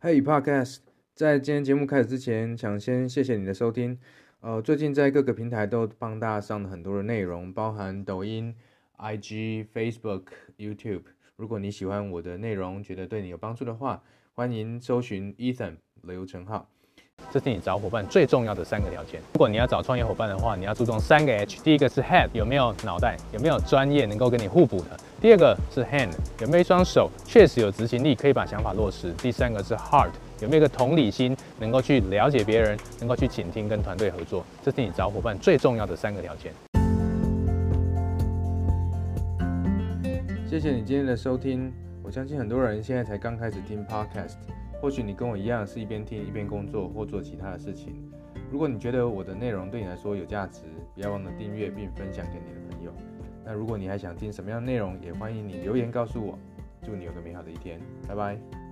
Hey Podcast，在今天节目开始之前，想先谢谢你的收听。最近在各个平台都帮大家上了很多的内容，包含抖音、IG、Facebook、YouTube。如果你喜欢我的内容，觉得对你有帮助的话，欢迎搜寻 Ethan 刘成浩。 这是你找伙伴最重要的3个条件。如果你要找创业伙伴的话，你要注重3个 H。第一个是 Head， 有没有脑袋，有没有专业能够跟你互补的；第二个是 Hand， 有没有一双手确实有执行力，可以把想法落实；第3个是 Heart， 有没有一个同理心，能够去了解别人，能够去倾听跟团队合作。这是你找伙伴最重要的3个条件。 谢谢你今天的收听。我相信很多人现在才刚开始听 Podcast， 或许你跟我一样是一边听一边工作或做其他的事情。如果你觉得我的内容对你来说有价值，不要忘了订阅并分享给你的朋友。那如果你还想听什么样的内容，也欢迎你留言告诉我。祝你有个美好的一天，拜拜。